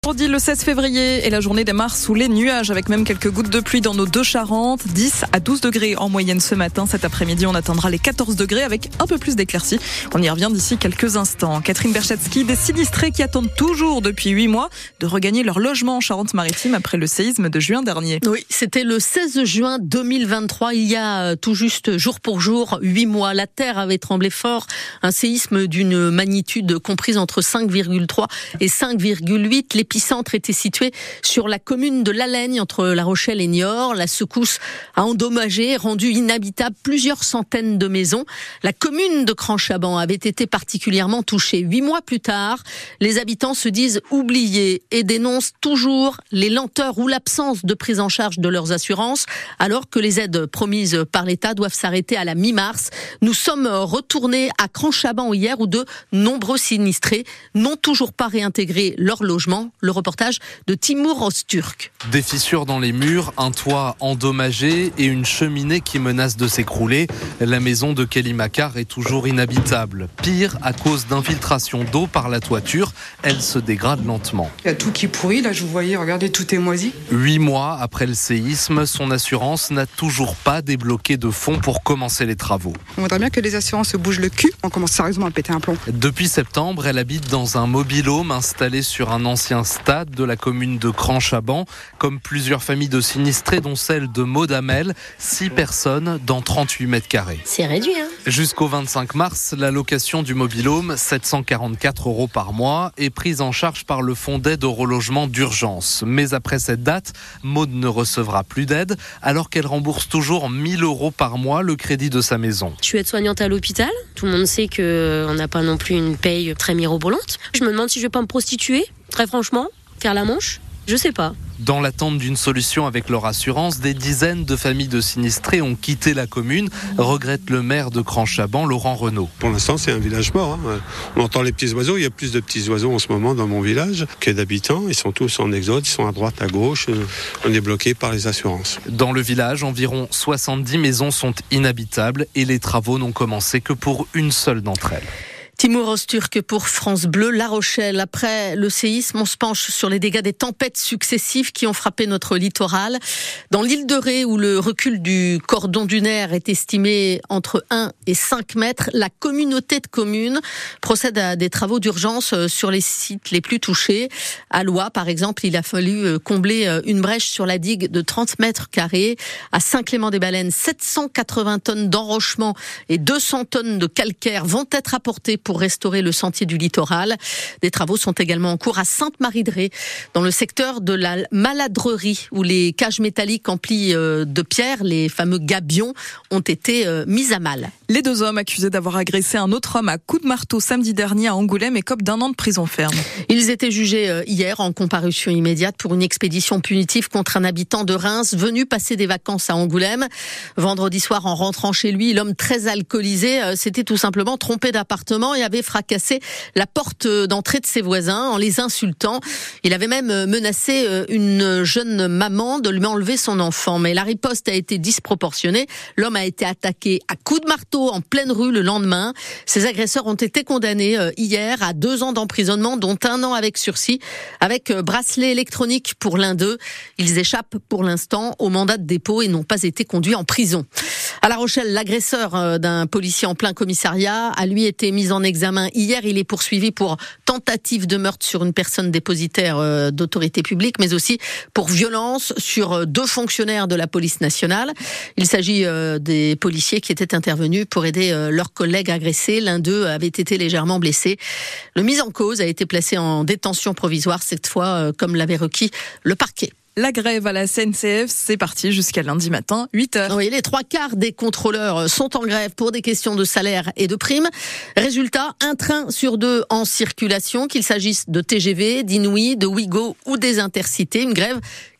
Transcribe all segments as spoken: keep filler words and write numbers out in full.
Aujourd'hui, le seize février, et la journée démarre sous les nuages avec même quelques gouttes de pluie dans nos deux Charentes. dix à douze degrés en moyenne ce matin. Cet après-midi, on atteindra les quatorze degrés avec un peu plus d'éclaircies. On y revient d'ici quelques instants. Catherine Berchetsky, des sinistrés qui attendent toujours depuis huit mois de regagner leur logement en Charente-Maritime après le séisme de juin dernier. Oui, c'était le seize juin deux mille vingt-trois, il y a tout juste jour pour jour, huit mois. La terre avait tremblé fort. Un séisme d'une magnitude comprise entre cinq virgule trois et cinq virgule huit. L'épicentre était situé sur la commune de Lalagne, entre La Rochelle et Niort. La secousse a endommagé, rendu inhabitable plusieurs centaines de maisons. La commune de Cran-Chaban avait été particulièrement touchée. Huit mois plus tard, les habitants se disent oubliés et dénoncent toujours les lenteurs ou l'absence de prise en charge de leurs assurances, alors que les aides promises par l'État doivent s'arrêter à la mi-mars. Nous sommes retournés à Cran-Chaban hier, où de nombreux sinistrés n'ont toujours pas réintégré leur logement. Le reportage de Timur Öztürk. Des fissures dans les murs, un toit endommagé et une cheminée qui menace de s'écrouler. La maison de Kelly Makar est toujours inhabitable. Pire, à cause d'infiltration d'eau par la toiture, elle se dégrade lentement. Il y a tout qui pourrit, là je vous voyais, regardez, tout est moisi. Huit mois après le séisme, son assurance n'a toujours pas débloqué de fonds pour commencer les travaux. On voudrait bien que les assurances se bougent le cul, on commence sérieusement à péter un plomb. Depuis septembre, elle habite dans un mobil-home installé sur un ancien stade de la commune de Cran-Chaban. Comme plusieurs familles de sinistrés, dont celle de Maud Hamel, six personnes dans trente-huit mètres carrés. C'est réduit, hein. Jusqu'au vingt-cinq mars, la location du mobil-home, sept cent quarante-quatre euros par mois, est prise en charge par le fonds d'aide au relogement d'urgence. Mais après cette date, Maud ne recevra plus d'aide, alors qu'elle rembourse toujours mille euros par mois le crédit de sa maison. Je suis aide-soignante à l'hôpital. Tout le monde sait qu'on n'a pas non plus une paye très mirobolante. Je me demande si je vais pas me prostituer, très franchement, faire la manche. Je sais pas. Dans l'attente d'une solution avec leur assurance, des dizaines de familles de sinistrés ont quitté la commune, regrette le maire de Cran-Chaban, Laurent Renaud. Pour l'instant, c'est un village mort. Hein. On entend les petits oiseaux. Il y a plus de petits oiseaux en ce moment dans mon village que d'habitants. Ils sont tous en exode, ils sont à droite, à gauche. On est bloqué par les assurances. Dans le village, environ soixante-dix maisons sont inhabitables et les travaux n'ont commencé que pour une seule d'entre elles. Timur Öztürk pour France Bleu, La Rochelle. Après le séisme, on se penche sur les dégâts des tempêtes successives qui ont frappé notre littoral. Dans l'île de Ré, où le recul du cordon dunaire est estimé entre un et cinq mètres, la communauté de communes procède à des travaux d'urgence sur les sites les plus touchés. À Loie, par exemple, il a fallu combler une brèche sur la digue de trente mètres carrés. À Saint-Clément-des-Baleines, sept cent quatre-vingts tonnes d'enrochement et deux cents tonnes de calcaire vont être apportées pour pour restaurer le sentier du littoral. Des travaux sont également en cours à Sainte-Marie-de-Ré, dans le secteur de la maladrerie, où les cages métalliques emplies de pierre, les fameux gabions, ont été mises à mal. Les deux hommes accusés d'avoir agressé un autre homme à coups de marteau samedi dernier à Angoulême écopent d'un an de prison ferme. Ils étaient jugés hier en comparution immédiate pour une expédition punitive contre un habitant de Reims venu passer des vacances à Angoulême. Vendredi soir, en rentrant chez lui, l'homme très alcoolisé s'était tout simplement trompé d'appartement et avait fracassé la porte d'entrée de ses voisins en les insultant. Il avait même menacé une jeune maman de lui enlever son enfant. Mais la riposte a été disproportionnée. L'homme a été attaqué à coups de marteau en pleine rue le lendemain. Ces agresseurs ont été condamnés hier à deux ans d'emprisonnement, dont un an avec sursis, avec bracelet électronique pour l'un d'eux. Ils échappent pour l'instant au mandat de dépôt et n'ont pas été conduits en prison. À La Rochelle, l'agresseur d'un policier en plein commissariat a lui été mis en examen hier. Il est poursuivi pour tentative de meurtre sur une personne dépositaire d'autorité publique, mais aussi pour violence sur deux fonctionnaires de la police nationale. Il s'agit des policiers qui étaient intervenus pour aider leurs collègues agressés. L'un d'eux avait été légèrement blessé. Le mis en cause a été placé en détention provisoire, cette fois comme l'avait requis le parquet. La grève à la S N C F, c'est parti jusqu'à lundi matin, huit heures. Oui, les trois quarts des contrôleurs sont en grève pour des questions de salaire et de primes. Résultat, un train sur deux en circulation, qu'il s'agisse de T G V, d'Inouï, de Ouigo ou des Intercités. Une grève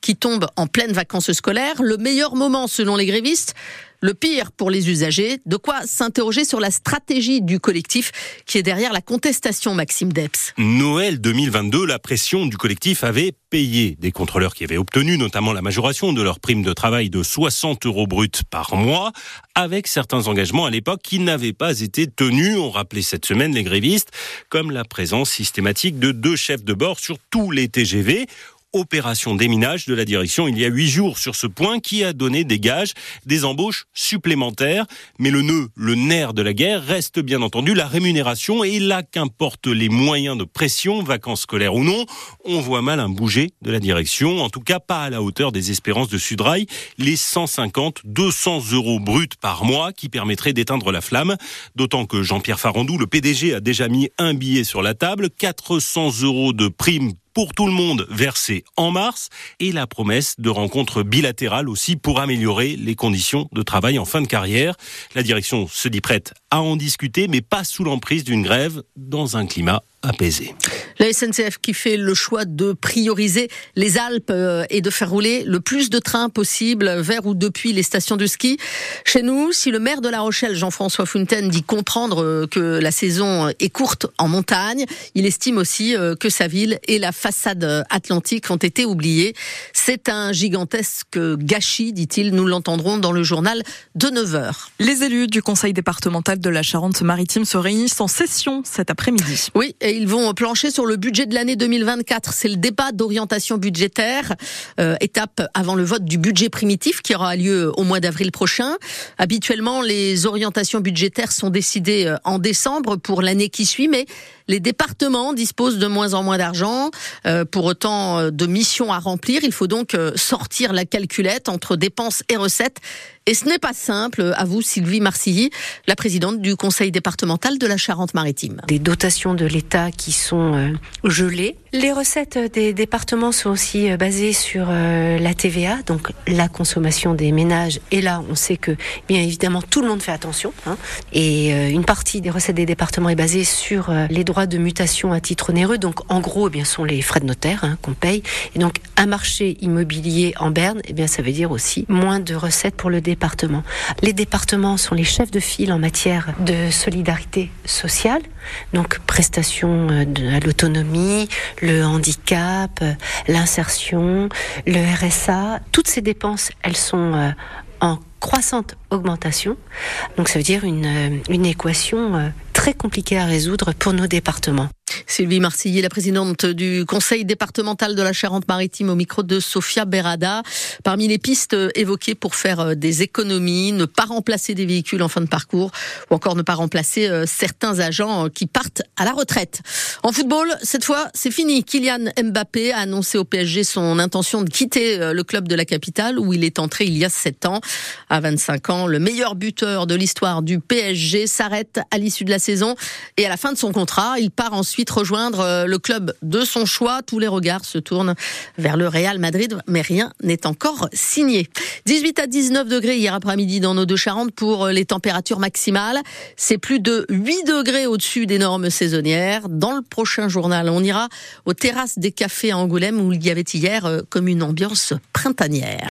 qui tombe en pleine vacances scolaires. Le meilleur moment selon les grévistes, le pire pour les usagers. De quoi s'interroger sur la stratégie du collectif qui est derrière la contestation, Maxime Depps. Noël deux mille vingt-deux, la pression du collectif avait payé. Des contrôleurs qui avaient obtenu notamment la majoration de leur prime de travail de soixante euros bruts par mois, avec certains engagements à l'époque qui n'avaient pas été tenus. On rappelait cette semaine les grévistes, comme la présence systématique de deux chefs de bord sur tous les T G V. Opération déminage de la direction il y a huit jours sur ce point qui a donné des gages, des embauches supplémentaires. Mais le nœud, le nerf de la guerre reste bien entendu la rémunération. Et là, qu'importe les moyens de pression, vacances scolaires ou non, on voit mal un bouger de la direction. En tout cas, pas à la hauteur des espérances de Sudrail. Les cent cinquante, deux cents euros bruts par mois qui permettraient d'éteindre la flamme. D'autant que Jean-Pierre Farandou, le P D G, a déjà mis un billet sur la table. quatre cents euros de prime pour tout le monde versé en mars et la promesse de rencontres bilatérales aussi pour améliorer les conditions de travail en fin de carrière. La direction se dit prête à en discuter, mais pas sous l'emprise d'une grève dans un climat apaisé. La S N C F qui fait le choix de prioriser les Alpes et de faire rouler le plus de trains possible vers ou depuis les stations de ski. Chez nous, si le maire de La Rochelle, Jean-François Fontaine, dit comprendre que la saison est courte en montagne, il estime aussi que sa ville et la façade atlantique ont été oubliées. C'est un gigantesque gâchis, dit-il. Nous l'entendrons dans le journal de neuf heures. Les élus du conseil départemental de la Charente-Maritime se réunissent en session cet après-midi. Oui, et ils vont plancher sur le budget de l'année deux mille vingt-quatre. C'est le débat d'orientation budgétaire, euh, étape avant le vote du budget primitif qui aura lieu au mois d'avril prochain. Habituellement, les orientations budgétaires sont décidées en décembre pour l'année qui suit, mais les départements disposent de moins en moins d'argent, euh, pour autant de missions à remplir. Il faut donc sortir la calculette entre dépenses et recettes. Et ce n'est pas simple, avoue Sylvie Marcilly, la présidente du conseil départemental de la Charente-Maritime. Des dotations de l'État qui sont euh, gelées. Les recettes des départements sont aussi basées sur euh, la T V A, donc la consommation des ménages. Et là, on sait que, bien évidemment, tout le monde fait attention. Hein, et euh, une partie des recettes des départements est basée sur euh, les droits de mutation à titre onéreux. Donc, en gros, eh bien, sont les frais de notaire hein, qu'on paye. Et donc, un marché immobilier en berne, eh bien, ça veut dire aussi moins de recettes pour le département. Les départements sont les chefs de file en matière de solidarité sociale. Donc, prestations à l'autonomie, le handicap, l'insertion, le R S A. Toutes ces dépenses, elles sont en croissante augmentation. Donc, ça veut dire une, une équation très compliquée à résoudre pour nos départements. Sylvie Marcilly, la présidente du conseil départemental de la Charente-Maritime au micro de Sophia Berada. Parmi les pistes évoquées pour faire des économies, ne pas remplacer des véhicules en fin de parcours ou encore ne pas remplacer certains agents qui partent à la retraite. En football, cette fois, c'est fini. Kylian Mbappé a annoncé au P S G son intention de quitter le club de la capitale où il est entré il y a sept ans. À vingt-cinq ans, le meilleur buteur de l'histoire du P S G s'arrête à l'issue de la saison et à la fin de son contrat, il part ensuite rejoindre le club de son choix. Tous les regards se tournent vers le Real Madrid, mais rien n'est encore signé. dix-huit à dix-neuf degrés hier après-midi dans nos deux Charentes pour les températures maximales. C'est plus de huit degrés au-dessus des normes saisonnières. Dans le prochain journal, on ira aux terrasses des cafés à Angoulême où il y avait hier comme une ambiance printanière.